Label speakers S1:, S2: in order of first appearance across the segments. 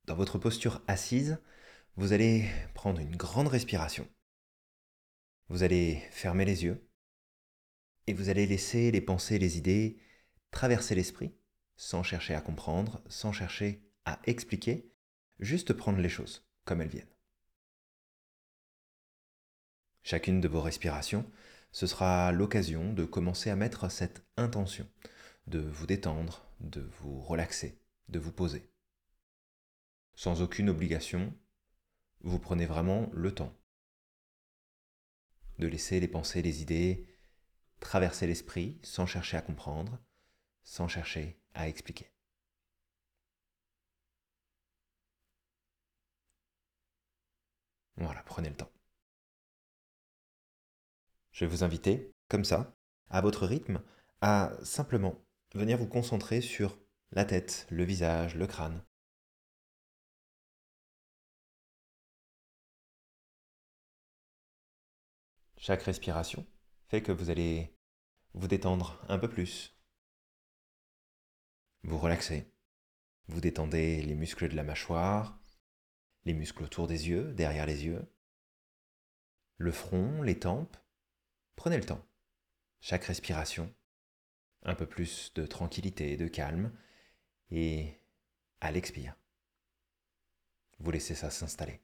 S1: Dans votre posture assise, vous allez prendre une grande respiration. Vous allez fermer les yeux et vous allez laisser les pensées, les idées traverser l'esprit sans chercher à comprendre, sans chercher à expliquer, juste prendre les choses comme elles viennent. Chacune de vos respirations, ce sera l'occasion de commencer à mettre cette intention, de vous détendre, de vous relaxer, de vous poser. Sans aucune obligation, vous prenez vraiment le temps de laisser les pensées, les idées traverser l'esprit sans chercher à comprendre, sans chercher à expliquer. Voilà, prenez le temps. Je vais vous inviter, comme ça, à votre rythme, à simplement venir vous concentrer sur la tête, le visage, le crâne. Chaque respiration fait que vous allez vous détendre un peu plus, vous relaxer. Vous détendez les muscles de la mâchoire, les muscles autour des yeux, derrière les yeux, le front, les tempes. Prenez le temps. Chaque respiration, un peu plus de tranquillité, de calme, et à l'expire, vous laissez ça s'installer.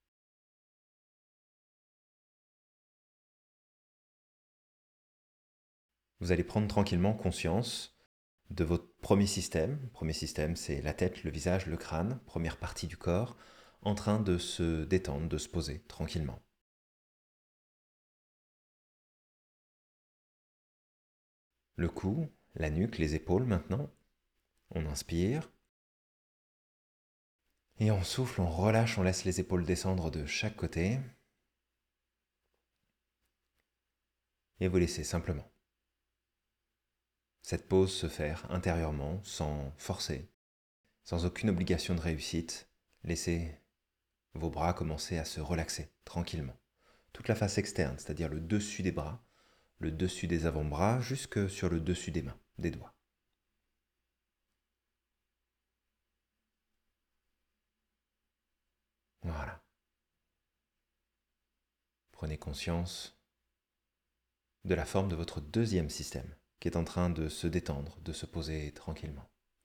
S1: Vous allez prendre tranquillement conscience de votre premier système. Le premier système, c'est la tête, le visage, le crâne, première partie du corps, en train de se détendre, de se poser tranquillement. Le cou, la nuque, les épaules maintenant. On inspire. Et on souffle, on relâche, on laisse les épaules descendre de chaque côté. Et vous laissez simplement cette pause se faire intérieurement, sans forcer, sans aucune obligation de réussite. Laissez vos bras commencer à se relaxer tranquillement. Toute la face externe, c'est-à-dire le dessus des bras, le dessus des avant-bras, jusque sur le dessus des mains, des doigts. Voilà. Prenez conscience de la forme de votre deuxième système, qui est en train de se détendre, de se poser tranquillement.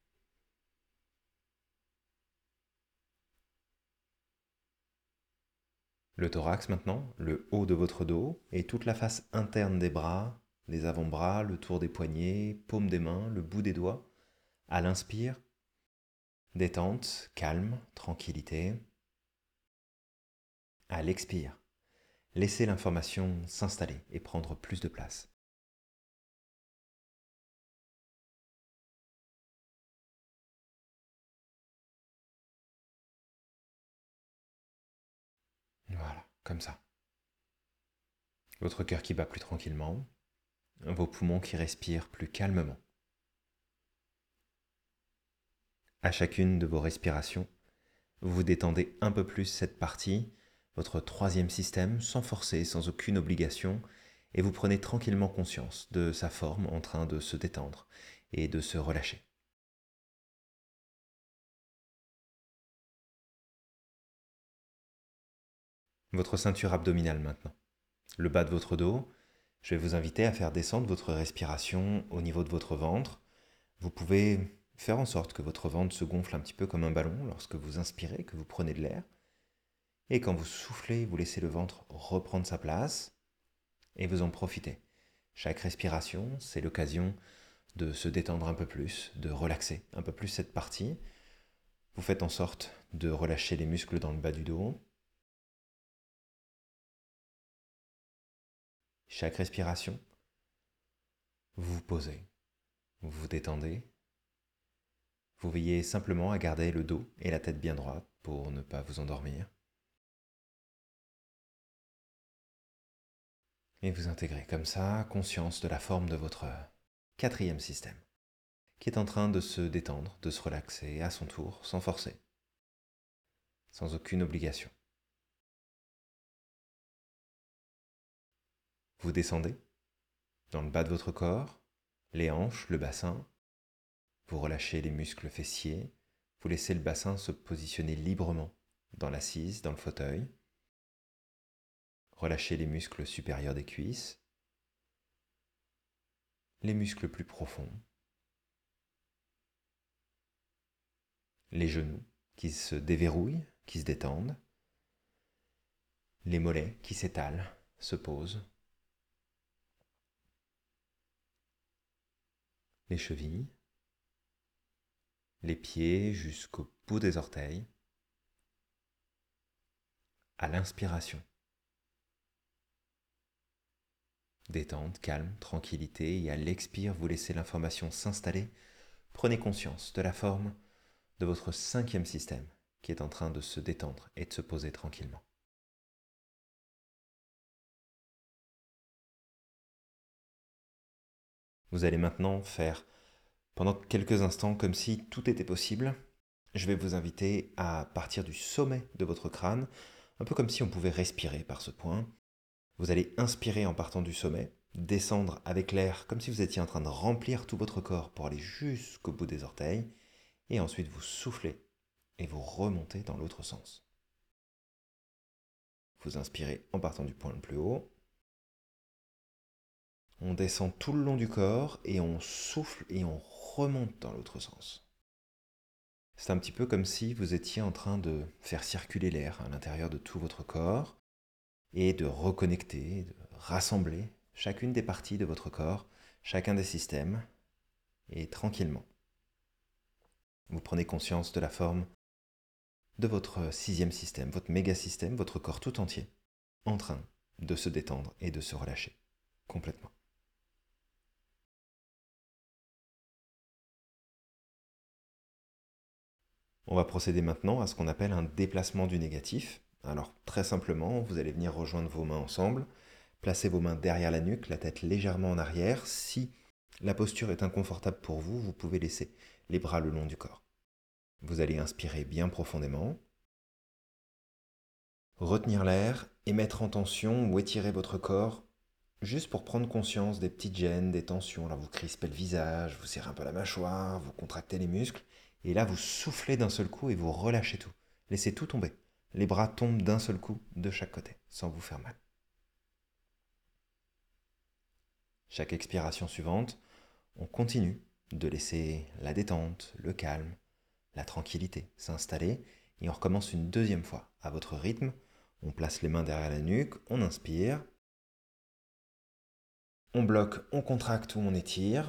S1: Le thorax maintenant, le haut de votre dos, et toute la face interne des bras, des avant-bras, le tour des poignets, paume des mains, le bout des doigts. À l'inspire, détente, calme, tranquillité. À l'expire, laissez l'information s'installer et prendre plus de place. Voilà, comme ça. Votre cœur qui bat plus tranquillement, vos poumons qui respirent plus calmement. À chacune de vos respirations, vous détendez un peu plus cette partie, votre troisième système, sans forcer, sans aucune obligation, et vous prenez tranquillement conscience de sa forme en train de se détendre et de se relâcher. Votre ceinture abdominale maintenant, le bas de votre dos, je vais vous inviter à faire descendre votre respiration au niveau de votre ventre. Vous pouvez faire en sorte que votre ventre se gonfle un petit peu comme un ballon lorsque vous inspirez, que vous prenez de l'air. Et quand vous soufflez, vous laissez le ventre reprendre sa place et vous en profitez. Chaque respiration, c'est l'occasion de se détendre un peu plus, de relaxer un peu plus cette partie. Vous faites en sorte de relâcher les muscles dans le bas du dos. Chaque respiration, vous vous posez, vous vous détendez. Vous veillez simplement à garder le dos et la tête bien droite pour ne pas vous endormir. Et vous intégrez comme ça conscience de la forme de votre quatrième système, qui est en train de se détendre, de se relaxer à son tour, sans forcer, sans aucune obligation. Vous descendez dans le bas de votre corps, les hanches, le bassin, vous relâchez les muscles fessiers, Vous laissez le bassin se positionner librement dans l'assise, dans le fauteuil. Relâchez les muscles supérieurs des cuisses, les muscles plus profonds, les genoux qui se déverrouillent, qui se détendent, les mollets qui s'étalent, se posent, les chevilles, les pieds jusqu'au bout des orteils. À l'inspiration, détente, calme, tranquillité, et à l'expire, vous laissez l'information s'installer. Prenez conscience de la forme de votre cinquième système qui est en train de se détendre et de se poser tranquillement. Vous allez maintenant faire pendant quelques instants comme si tout était possible. Je vais vous inviter à partir du sommet de votre crâne, un peu comme si on pouvait respirer par ce point. Vous allez inspirer en partant du sommet, descendre avec l'air comme si vous étiez en train de remplir tout votre corps pour aller jusqu'au bout des orteils, et ensuite vous soufflez et vous remontez dans l'autre sens. Vous inspirez en partant du point le plus haut. On descend tout le long du corps et on souffle et on remonte dans l'autre sens. C'est un petit peu comme si vous étiez en train de faire circuler l'air à l'intérieur de tout votre corps et de reconnecter, de rassembler chacune des parties de votre corps, chacun des systèmes, et tranquillement. Vous prenez conscience de la forme de votre sixième système, votre méga-système, votre corps tout entier, en train de se détendre et de se relâcher complètement. On va procéder maintenant à ce qu'on appelle un déplacement du négatif. Alors très simplement, vous allez venir rejoindre vos mains ensemble, placez vos mains derrière la nuque, la tête légèrement en arrière. Si la posture est inconfortable pour vous, vous pouvez laisser les bras le long du corps. Vous allez inspirer bien profondément, retenir l'air et mettre en tension ou étirer votre corps juste pour prendre conscience des petites gênes, des tensions. Alors vous crispez le visage, vous serrez un peu la mâchoire, vous contractez les muscles, et là vous soufflez d'un seul coup et vous relâchez tout. Laissez tout tomber. Les bras tombent d'un seul coup de chaque côté, sans vous faire mal. Chaque expiration suivante, on continue de laisser la détente, le calme, la tranquillité s'installer, et on recommence une deuxième fois à votre rythme. On place les mains derrière la nuque, on inspire, on bloque, on contracte ou on étire.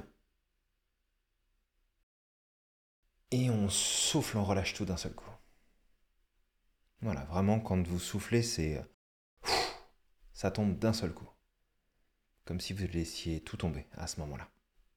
S1: Et on souffle, on relâche tout d'un seul coup. Voilà, vraiment, quand vous soufflez, ça tombe d'un seul coup. Comme si vous laissiez tout tomber à ce moment-là.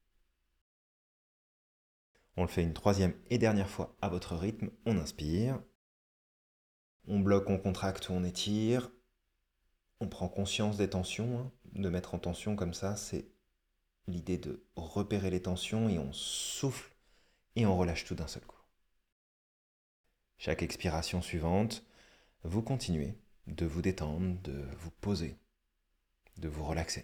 S1: On le fait une troisième et dernière fois à votre rythme. On inspire. On bloque, on contracte ou on étire. On prend conscience des tensions. De mettre en tension comme ça, c'est l'idée de repérer les tensions et on souffle et on relâche tout d'un seul coup. Chaque expiration suivante, vous continuez de vous détendre, de vous poser, de vous relaxer.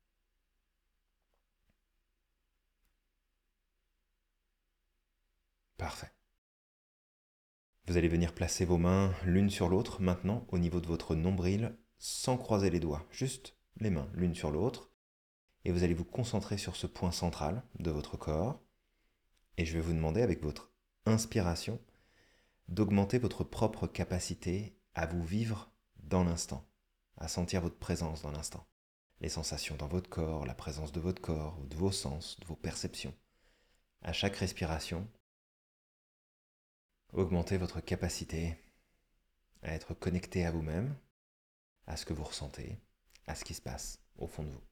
S1: Parfait. Vous allez venir placer vos mains l'une sur l'autre maintenant au niveau de votre nombril sans croiser les doigts, juste les mains l'une sur l'autre. Et vous allez vous concentrer sur ce point central de votre corps. Et je vais vous demander avec votre inspiration d'augmenter votre propre capacité à vous vivre dans l'instant, à sentir votre présence dans l'instant. Les sensations dans votre corps, la présence de votre corps, de vos sens, de vos perceptions. À chaque respiration, augmentez votre capacité à être connecté à vous-même, à ce que vous ressentez, à ce qui se passe au fond de vous.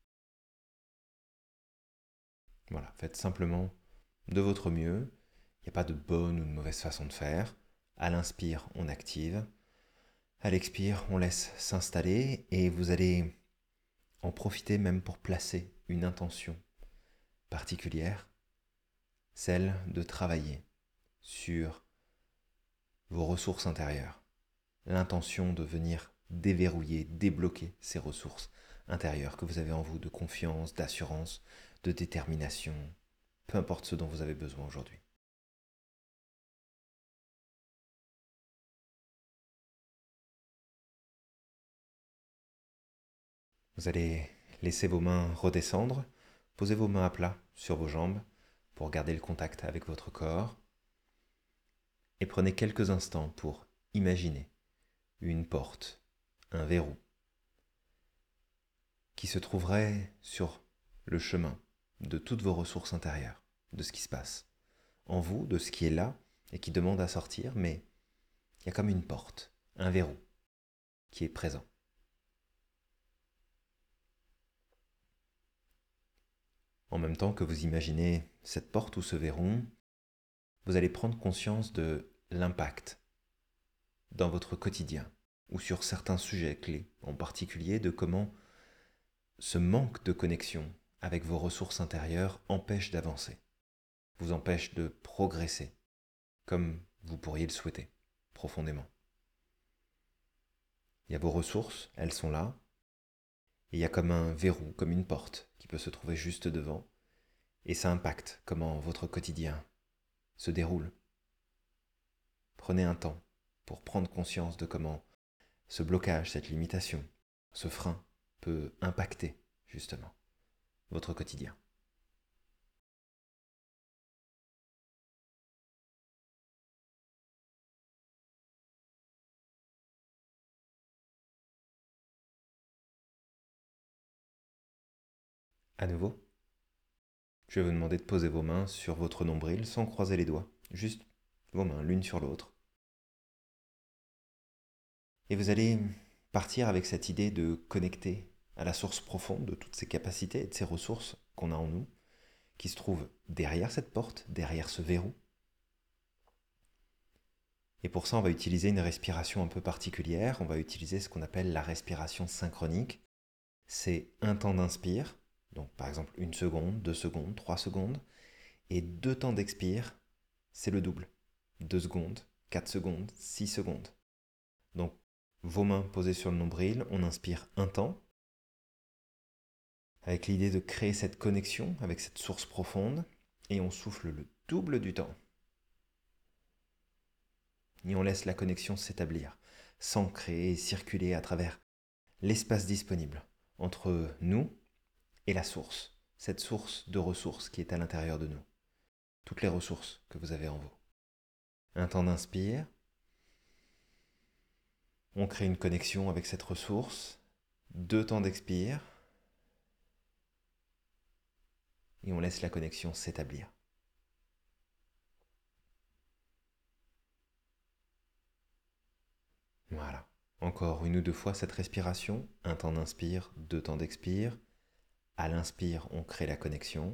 S1: Voilà, faites simplement de votre mieux. Il n'y a pas de bonne ou de mauvaise façon de faire. À l'inspire, on active. À l'expire, on laisse s'installer et vous allez en profiter même pour placer une intention particulière, celle de travailler sur vos ressources intérieures. L'intention de venir déverrouiller, débloquer ces ressources intérieures que vous avez en vous, de confiance, d'assurance, de détermination, peu importe ce dont vous avez besoin aujourd'hui. Vous allez laisser vos mains redescendre, posez vos mains à plat sur vos jambes pour garder le contact avec votre corps et prenez quelques instants pour imaginer une porte, un verrou qui se trouverait sur le chemin de toutes vos ressources intérieures, de ce qui se passe en vous, de ce qui est là et qui demande à sortir, mais il y a comme une porte, un verrou qui est présent. En même temps que vous imaginez cette porte ou ce verrou, vous allez prendre conscience de l'impact dans votre quotidien ou sur certains sujets clés, en particulier de comment ce manque de connexion avec vos ressources intérieures empêche d'avancer, vous empêche de progresser comme vous pourriez le souhaiter profondément. Il y a vos ressources, elles sont là, et il y a comme un verrou, comme une porte qui peut se trouver juste devant, et ça impacte comment votre quotidien se déroule. Prenez un temps pour prendre conscience de comment ce blocage, cette limitation, ce frein peut impacter justement votre quotidien. À nouveau, je vais vous demander de poser vos mains sur votre nombril sans croiser les doigts, juste vos mains l'une sur l'autre. Et vous allez partir avec cette idée de connecter à la source profonde de toutes ces capacités et de ces ressources qu'on a en nous, qui se trouvent derrière cette porte, derrière ce verrou. Et pour ça, on va utiliser une respiration un peu particulière. On va utiliser ce qu'on appelle la respiration synchronique. C'est un temps d'inspire, donc par exemple 1 seconde, 2 secondes, 3 secondes, et 2 temps d'expire, c'est le double. 2 secondes, 4 secondes, 6 secondes. Donc vos mains posées sur le nombril, on inspire un temps, avec l'idée de créer cette connexion avec cette source profonde, et on souffle le double du temps. Et on laisse la connexion s'établir, s'ancrer et circuler à travers l'espace disponible entre nous et la source, cette source de ressources qui est à l'intérieur de nous, toutes les ressources que vous avez en vous. Un temps d'inspire, on crée une connexion avec cette ressource, 2 temps d'expire, et on laisse la connexion s'établir. Voilà. Encore 1 ou 2 fois cette respiration, un temps d'inspire, 2 temps d'expire. À l'inspire, on crée la connexion.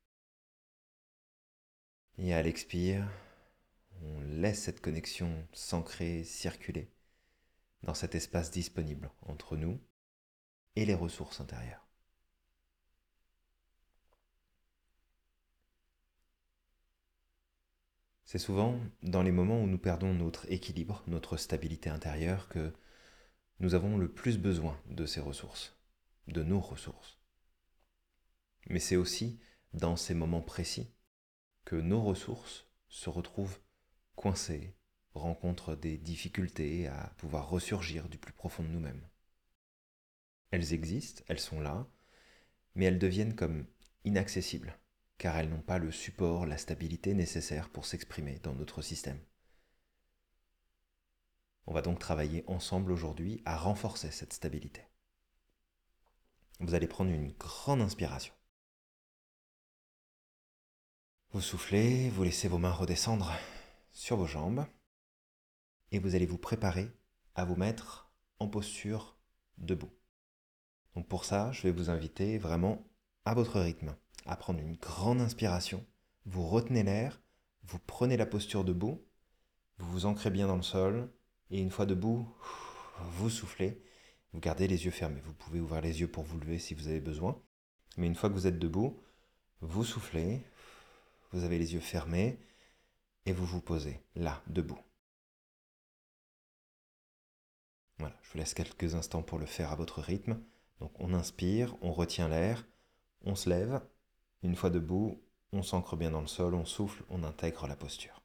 S1: Et à l'expire, on laisse cette connexion s'ancrer, circuler dans cet espace disponible entre nous et les ressources intérieures. C'est souvent dans les moments où nous perdons notre équilibre, notre stabilité intérieure, que nous avons le plus besoin de ces ressources, de nos ressources. Mais c'est aussi dans ces moments précis que nos ressources se retrouvent coincées, rencontrent des difficultés à pouvoir ressurgir du plus profond de nous-mêmes. Elles existent, elles sont là, mais elles deviennent comme inaccessibles, car elles n'ont pas le support, la stabilité nécessaire pour s'exprimer dans notre système. On va donc travailler ensemble aujourd'hui à renforcer cette stabilité. Vous allez prendre une grande inspiration. Vous soufflez, vous laissez vos mains redescendre sur vos jambes et vous allez vous préparer à vous mettre en posture debout. Donc pour ça, je vais vous inviter vraiment à votre rythme à prendre une grande inspiration. Vous retenez l'air, vous prenez la posture debout, vous vous ancrez bien dans le sol et une fois debout, vous soufflez. Vous gardez les yeux fermés. Vous pouvez ouvrir les yeux pour vous lever si vous avez besoin. Mais une fois que vous êtes debout, vous soufflez, vous avez les yeux fermés et vous vous posez là, debout. Voilà, je vous laisse quelques instants pour le faire à votre rythme. Donc on inspire, on retient l'air, on se lève. Une fois debout, on s'ancre bien dans le sol, on souffle, on intègre la posture.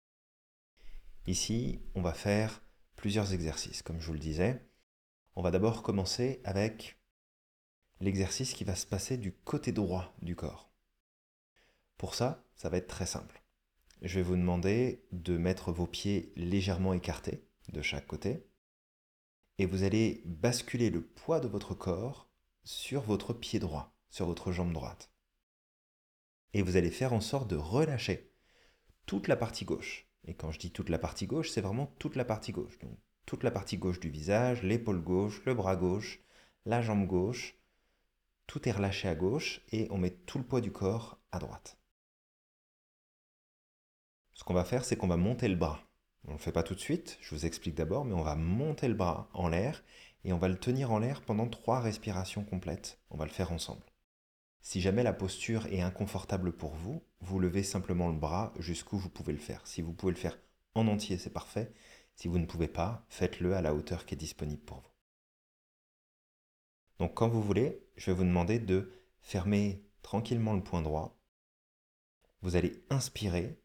S1: Ici, on va faire plusieurs exercices, comme je vous le disais. On va d'abord commencer avec l'exercice qui va se passer du côté droit du corps. Pour ça, ça va être très simple. Je vais vous demander de mettre vos pieds légèrement écartés de chaque côté et vous allez basculer le poids de votre corps sur votre pied droit, sur votre jambe droite. Et vous allez faire en sorte de relâcher toute la partie gauche. Et quand je dis toute la partie gauche, c'est vraiment toute la partie gauche. Donc, toute la partie gauche du visage, l'épaule gauche, le bras gauche, la jambe gauche. Tout est relâché à gauche et on met tout le poids du corps à droite. Ce qu'on va faire, c'est qu'on va monter le bras. On ne le fait pas tout de suite, je vous explique d'abord, mais on va monter le bras en l'air et on va le tenir en l'air pendant 3 respirations complètes. On va le faire ensemble. Si jamais la posture est inconfortable pour vous, vous levez simplement le bras jusqu'où vous pouvez le faire. Si vous pouvez le faire en entier, c'est parfait. Si vous ne pouvez pas, faites-le à la hauteur qui est disponible pour vous. Donc quand vous voulez, je vais vous demander de fermer tranquillement le poing droit. Vous allez inspirer,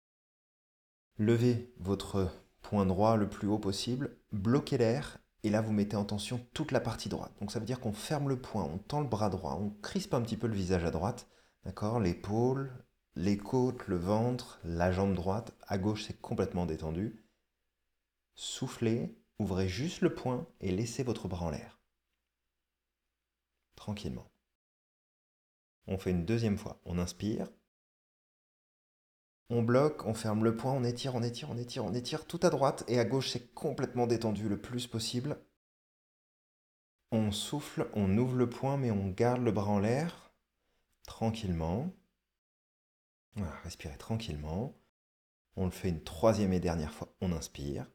S1: lever votre poing droit le plus haut possible, bloquez l'air et là vous mettez en tension toute la partie droite. Donc ça veut dire qu'on ferme le poing, on tend le bras droit, on crispe un petit peu le visage à droite, d'accord, l'épaule, les côtes, le ventre, la jambe droite, à gauche c'est complètement détendu. Soufflez, ouvrez juste le poing et laissez votre bras en l'air. Tranquillement. On fait une deuxième fois. On inspire. On bloque, on ferme le poing, on étire, on étire, on étire, on étire tout à droite et à gauche c'est complètement détendu le plus possible. On souffle, on ouvre le poing mais on garde le bras en l'air. Tranquillement. Voilà, respirez tranquillement. On le fait une troisième et dernière fois. On inspire.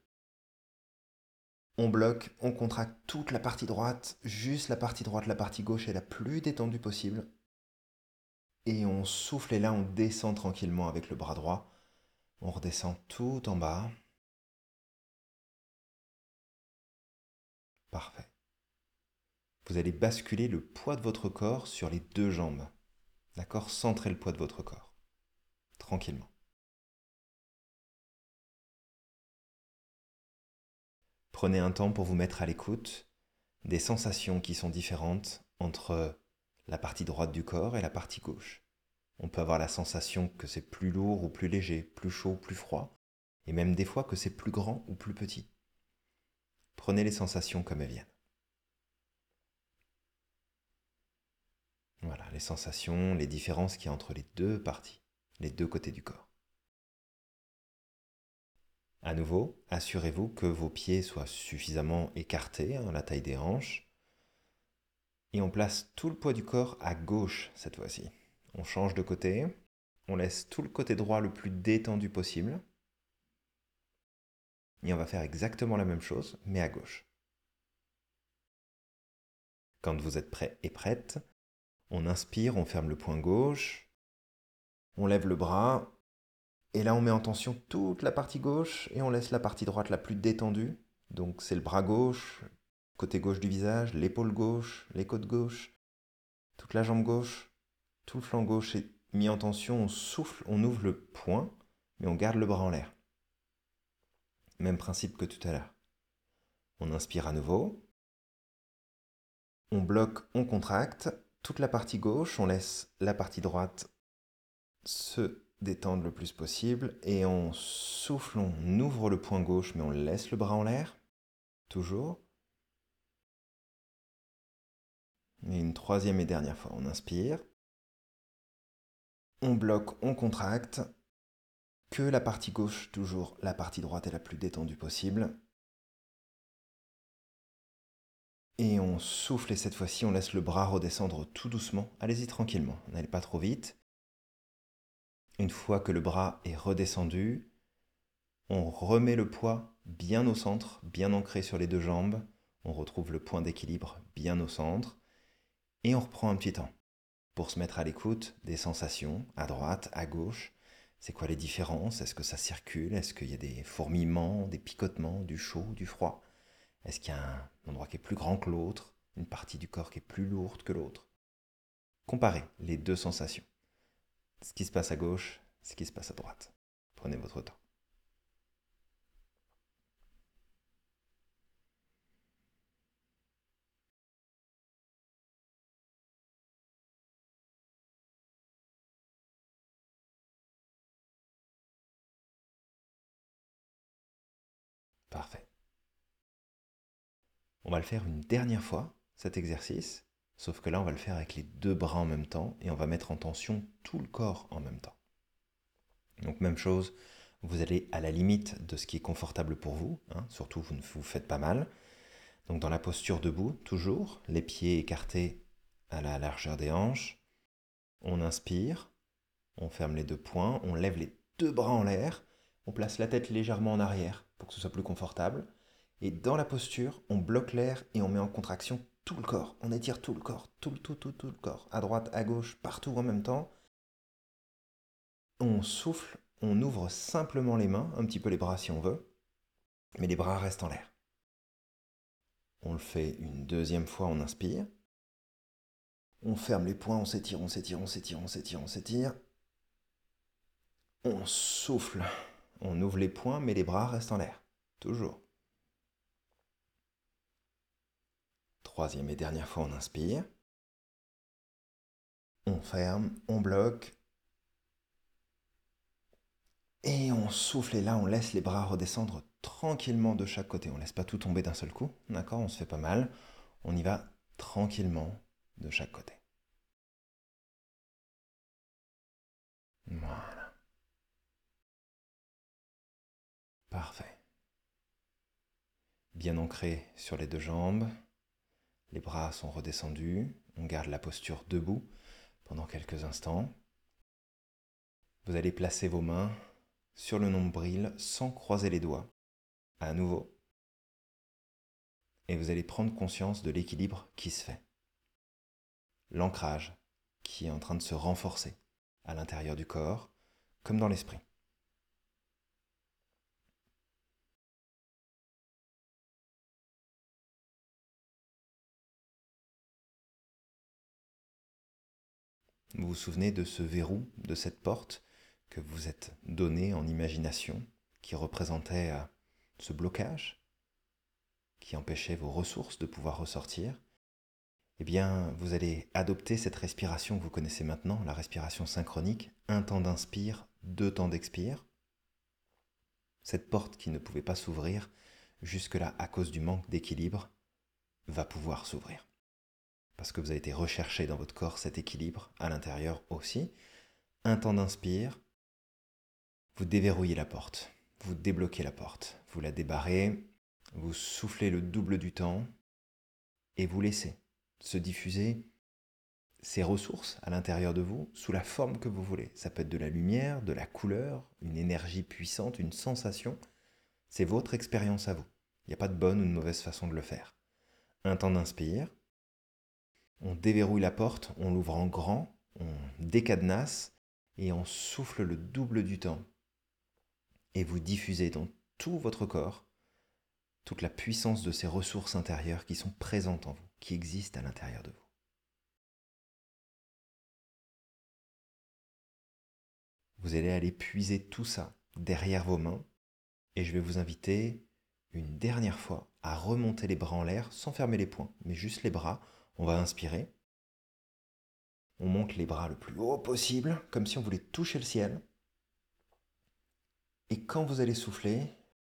S1: On bloque, on contracte toute la partie droite, juste la partie droite, la partie gauche est la plus détendue possible. Et on souffle et là on descend tranquillement avec le bras droit. On redescend tout en bas. Parfait. Vous allez basculer le poids de votre corps sur les 2 jambes. D'accord? Centrez le poids de votre corps. Tranquillement. Prenez un temps pour vous mettre à l'écoute des sensations qui sont différentes entre la partie droite du corps et la partie gauche. On peut avoir la sensation que c'est plus lourd ou plus léger, plus chaud ou plus froid, et même des fois que c'est plus grand ou plus petit. Prenez les sensations comme elles viennent. Voilà, les sensations, les différences qu'il y a entre les 2 parties, les 2 côtés du corps. À nouveau, assurez-vous que vos pieds soient suffisamment écartés, la taille des hanches. Et on place tout le poids du corps à gauche cette fois-ci. On change de côté. On laisse tout le côté droit le plus détendu possible. Et on va faire exactement la même chose, mais à gauche. Quand vous êtes prêt et prête, on inspire, on ferme le poing gauche. On lève le bras. Et là, on met en tension toute la partie gauche et on laisse la partie droite la plus détendue. Donc c'est le bras gauche, côté gauche du visage, l'épaule gauche, les côtes gauches, toute la jambe gauche, tout le flanc gauche est mis en tension, on souffle, on ouvre le poing, mais on garde le bras en l'air. Même principe que tout à l'heure. On inspire à nouveau, on bloque, on contracte, toute la partie gauche, on laisse la partie droite se détendre le plus possible et on souffle, on ouvre le poing gauche mais on laisse le bras en l'air, toujours. Et une troisième et dernière fois, on inspire, on bloque, on contracte, que la partie gauche, toujours la partie droite est la plus détendue possible. Et on souffle et cette fois-ci on laisse le bras redescendre tout doucement. Allez-y tranquillement, n'allez pas trop vite. Une fois que le bras est redescendu, on remet le poids bien au centre, bien ancré sur les 2 jambes. On retrouve le point d'équilibre bien au centre. Et on reprend un petit temps pour se mettre à l'écoute des sensations à droite, à gauche. C'est quoi les différences? Est-ce que ça circule? Est-ce qu'il y a des fourmillements, des picotements, du chaud, du froid? Est-ce qu'il y a un endroit qui est plus grand que l'autre? Une partie du corps qui est plus lourde que l'autre? Comparez les 2 sensations. Ce qui se passe à gauche, ce qui se passe à droite. Prenez votre temps. Parfait. On va le faire une dernière fois, cet exercice, sauf que là, on va le faire avec les deux bras en même temps et on va mettre en tension tout le corps en même temps. Donc même chose, vous allez à la limite de ce qui est confortable pour vous, surtout vous ne vous faites pas mal. Donc dans la posture debout, toujours, les pieds écartés à la largeur des hanches. On inspire, on ferme les deux poings, on lève les deux bras en l'air, on place la tête légèrement en arrière pour que ce soit plus confortable. Et dans la posture, on bloque l'air et on met en contraction tout le corps. On étire tout le corps, tout le corps, à droite, à gauche, partout en même temps. On souffle, on ouvre simplement les mains, un petit peu les bras si on veut, mais les bras restent en l'air. On le fait une deuxième fois, on inspire. On ferme les poings, on s'étire, on s'étire, on s'étire, on s'étire, on s'étire. On souffle, on ouvre les poings, mais les bras restent en l'air. Toujours. Troisième et dernière fois, on inspire. On ferme, on bloque. Et on souffle et là, on laisse les bras redescendre tranquillement de chaque côté. On ne laisse pas tout tomber d'un seul coup, d'accord? On se fait pas mal. On y va tranquillement de chaque côté. Voilà. Parfait. Bien ancré sur les deux jambes. Les bras sont redescendus. On garde la posture debout pendant quelques instants. Vous allez placer vos mains sur le nombril sans croiser les doigts. À nouveau. Et vous allez prendre conscience de l'équilibre qui se fait. L'ancrage qui est en train de se renforcer à l'intérieur du corps, comme dans l'esprit. Vous vous souvenez de ce verrou, de cette porte que vous êtes donné en imagination, qui représentait ce blocage, qui empêchait vos ressources de pouvoir ressortir. Eh bien, vous allez adopter cette respiration que vous connaissez maintenant, la respiration synchronique, un temps d'inspire, deux temps d'expire. Cette porte qui ne pouvait pas s'ouvrir jusque-là à cause du manque d'équilibre va pouvoir s'ouvrir. Parce que vous avez été recherché dans votre corps cet équilibre à l'intérieur aussi. Un temps d'inspire, vous déverrouillez la porte, vous débloquez la porte, vous la débarrez, vous soufflez le double du temps et vous laissez se diffuser ces ressources à l'intérieur de vous sous la forme que vous voulez. Ça peut être de la lumière, de la couleur, une énergie puissante, une sensation. C'est votre expérience à vous. Il n'y a pas de bonne ou de mauvaise façon de le faire. Un temps d'inspire, on déverrouille la porte, on l'ouvre en grand, on décadenasse et on souffle le double du temps. Et vous diffusez dans tout votre corps toute la puissance de ces ressources intérieures qui sont présentes en vous, qui existent à l'intérieur de vous. Vous allez aller puiser tout ça derrière vos mains et je vais vous inviter une dernière fois à remonter les bras en l'air sans fermer les poings, mais juste les bras. On va inspirer. On monte les bras le plus haut possible, comme si on voulait toucher le ciel. Et quand vous allez souffler,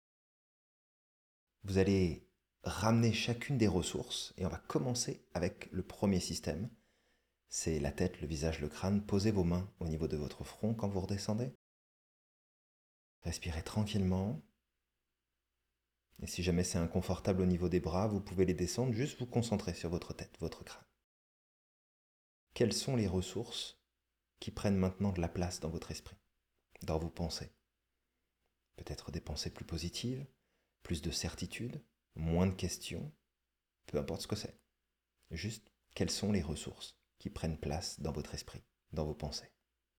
S1: vous allez ramener chacune des ressources et on va commencer avec le premier système. C'est la tête, le visage, le crâne. Posez vos mains au niveau de votre front quand vous redescendez. Respirez tranquillement. Et si jamais c'est inconfortable au niveau des bras, vous pouvez les descendre, juste vous concentrer sur votre tête, votre crâne. Quelles sont les ressources qui prennent maintenant de la place dans votre esprit, dans vos pensées? Peut-être des pensées plus positives, plus de certitude, moins de questions, peu importe ce que c'est. Juste, quelles sont les ressources qui prennent place dans votre esprit, dans vos pensées?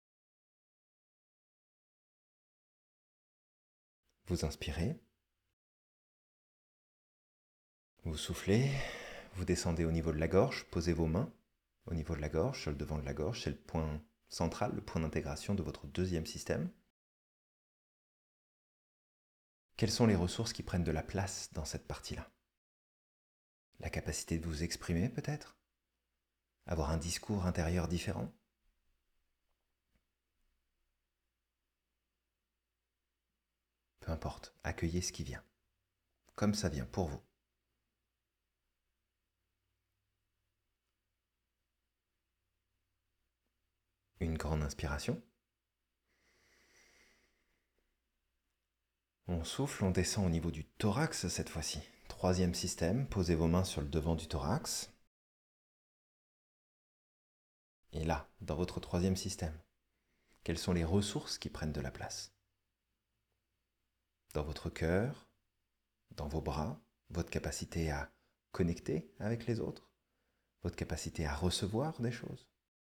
S1: Vous inspirez, vous soufflez, vous descendez au niveau de la gorge, posez vos mains au niveau de la gorge, sur le devant de la gorge, c'est le point central, le point d'intégration de votre deuxième système. Quelles sont les ressources qui prennent de la place dans cette partie-là? La capacité de vous exprimer peut-être? Avoir un discours intérieur différent? Peu importe, accueillez ce qui vient. comme ça vient pour vous. Une grande inspiration. On souffle, on descend au niveau du thorax cette fois-ci. Troisième système, posez vos mains sur le devant du thorax. Et là, dans votre troisième système, quelles sont les ressources qui prennent de la place? Dans votre cœur, dans vos bras, votre capacité à connecter avec les autres, votre capacité à recevoir des choses,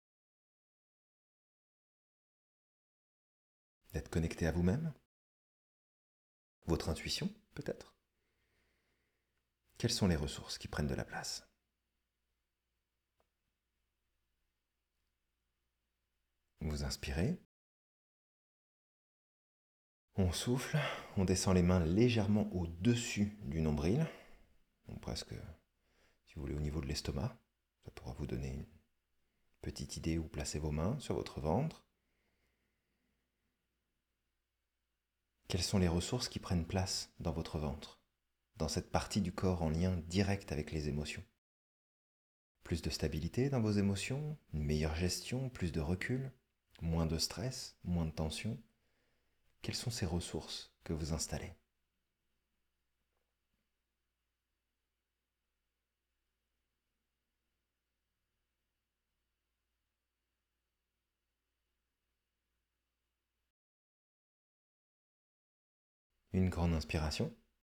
S1: d'être connecté à vous-même, votre intuition peut-être. Quelles sont les ressources qui prennent de la place? Vous inspirez. On souffle, on descend les mains légèrement au-dessus du nombril, donc presque, si vous voulez, au niveau de l'estomac. Ça pourra vous donner une petite idée où placer vos mains sur votre ventre. Quelles sont les ressources qui prennent place dans votre ventre, dans cette partie du corps en lien direct avec les émotions? Plus de stabilité dans vos émotions, une meilleure gestion, plus de recul, moins de stress, moins de tension. Quelles sont ces ressources que vous installez? Une grande inspiration.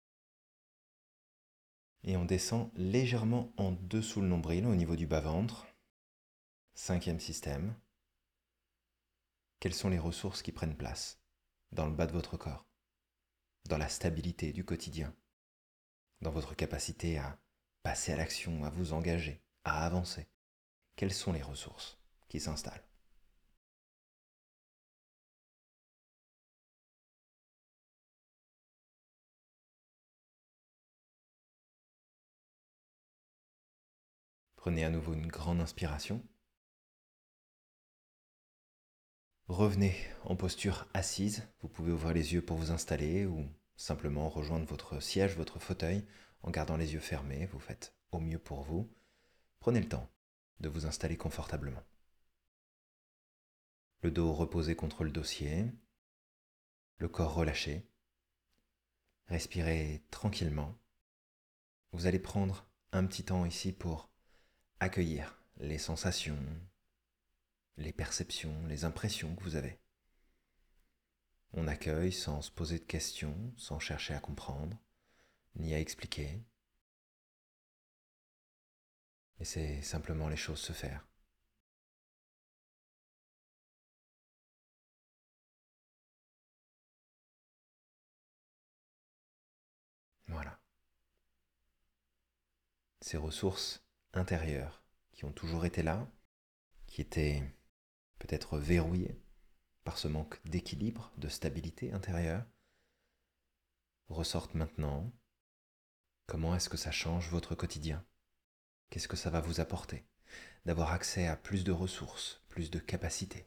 S1: Et on descend légèrement en dessous le nombril, au niveau du bas-ventre. Cinquième système. Quelles sont les ressources qui prennent place dans le bas de votre corps, dans la stabilité du quotidien, dans votre capacité à passer à l'action, à vous engager, à avancer? Quelles sont les ressources qui s'installent? Prenez à nouveau une grande inspiration. Revenez en posture assise. Vous pouvez ouvrir les yeux pour vous installer ou simplement rejoindre votre siège, votre fauteuil en gardant les yeux fermés. Vous faites au mieux pour vous. Prenez le temps de vous installer confortablement. Le dos reposé contre le dossier, le corps relâché. Respirez tranquillement. Vous allez prendre un petit temps ici pour accueillir les sensations, les perceptions, les impressions que vous avez. On accueille sans se poser de questions, sans chercher à comprendre, ni à expliquer. Laissez simplement les choses se faire. Voilà. Ces ressources intérieures qui ont toujours été là, qui étaient peut-être verrouillées par ce manque d'équilibre, de stabilité intérieure, ressortent maintenant. Comment est-ce que ça change votre quotidien? Qu'est-ce que ça va vous apporter d'avoir accès à plus de ressources, plus de capacités?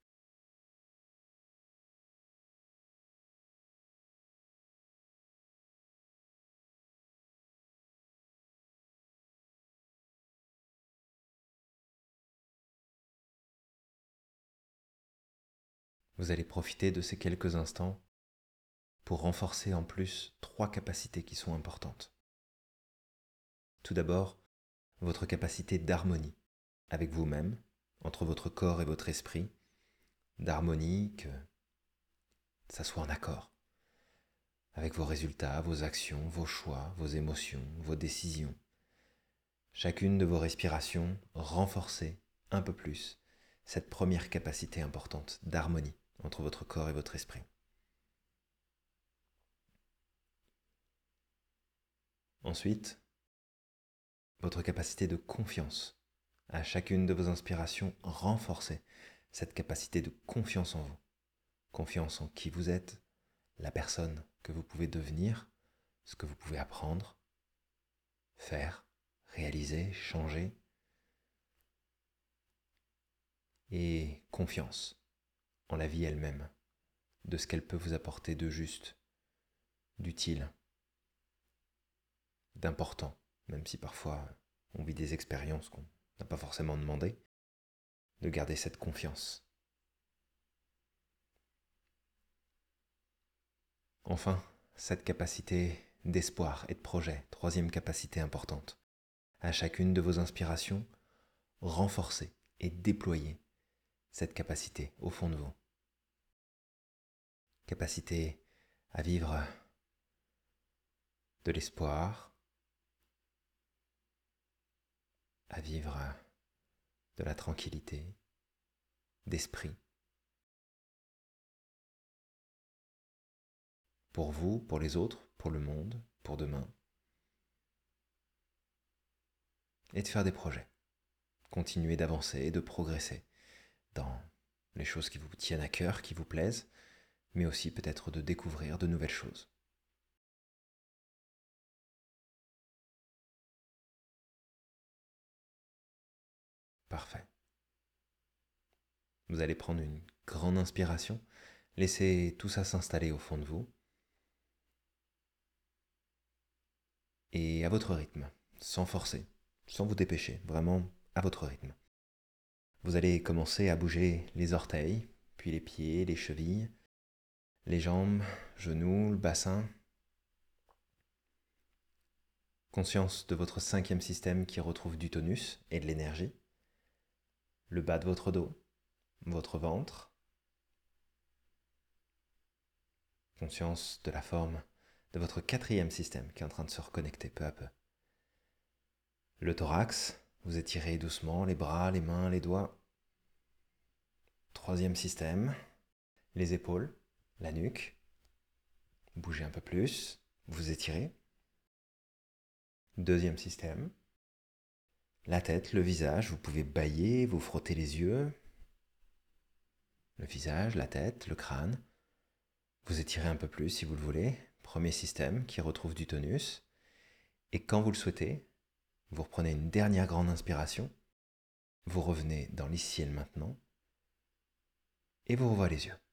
S1: Vous allez profiter de ces quelques instants pour renforcer en plus 3 capacités qui sont importantes. Tout d'abord, votre capacité d'harmonie avec vous-même, entre votre corps et votre esprit, d'harmonie, que ça soit en accord avec vos résultats, vos actions, vos choix, vos émotions, vos décisions. Chacune de vos respirations, renforcez un peu plus cette première capacité importante d'harmonie entre votre corps et votre esprit. Ensuite, votre capacité de confiance. À chacune de vos inspirations, renforcez cette capacité de confiance en vous. Confiance en qui vous êtes, la personne que vous pouvez devenir, ce que vous pouvez apprendre, faire, réaliser, changer. Et confiance en la vie elle-même, de ce qu'elle peut vous apporter de juste, d'utile. d'important, même si parfois on vit des expériences qu'on n'a pas forcément demandées, de garder cette confiance. Enfin, cette capacité d'espoir et de projet, troisième capacité importante. À chacune de vos inspirations, renforcez et déployez cette capacité au fond de vous. Capacité à vivre de l'espoir, à vivre de la tranquillité, d'esprit. Pour vous, pour les autres, pour le monde, pour demain. Et de faire des projets. Continuer d'avancer et de progresser dans les choses qui vous tiennent à cœur, qui vous plaisent, mais aussi peut-être de découvrir de nouvelles choses. Parfait. Vous allez prendre une grande inspiration, laissez tout ça s'installer au fond de vous, et à votre rythme, sans forcer, sans vous dépêcher, vraiment à votre rythme. Vous allez commencer à bouger les orteils, puis les pieds, les chevilles, les jambes, genoux, le bassin. Conscience de votre cinquième système qui retrouve du tonus et de l'énergie. Le bas de votre dos, votre ventre. Conscience de la forme de votre quatrième système qui est en train de se reconnecter peu à peu. Le thorax, vous étirez doucement les bras, les mains, les doigts. Troisième système, les épaules, la nuque. Bougez un peu plus, vous étirez. Deuxième système, la tête, le visage, vous pouvez bâiller, vous frotter les yeux. Le visage, la tête, le crâne. Vous étirez un peu plus si vous le voulez. Premier système qui retrouve du tonus. Et quand vous le souhaitez, vous reprenez une dernière grande inspiration. Vous revenez dans l'ici et le maintenant. Et vous rouvrez les yeux.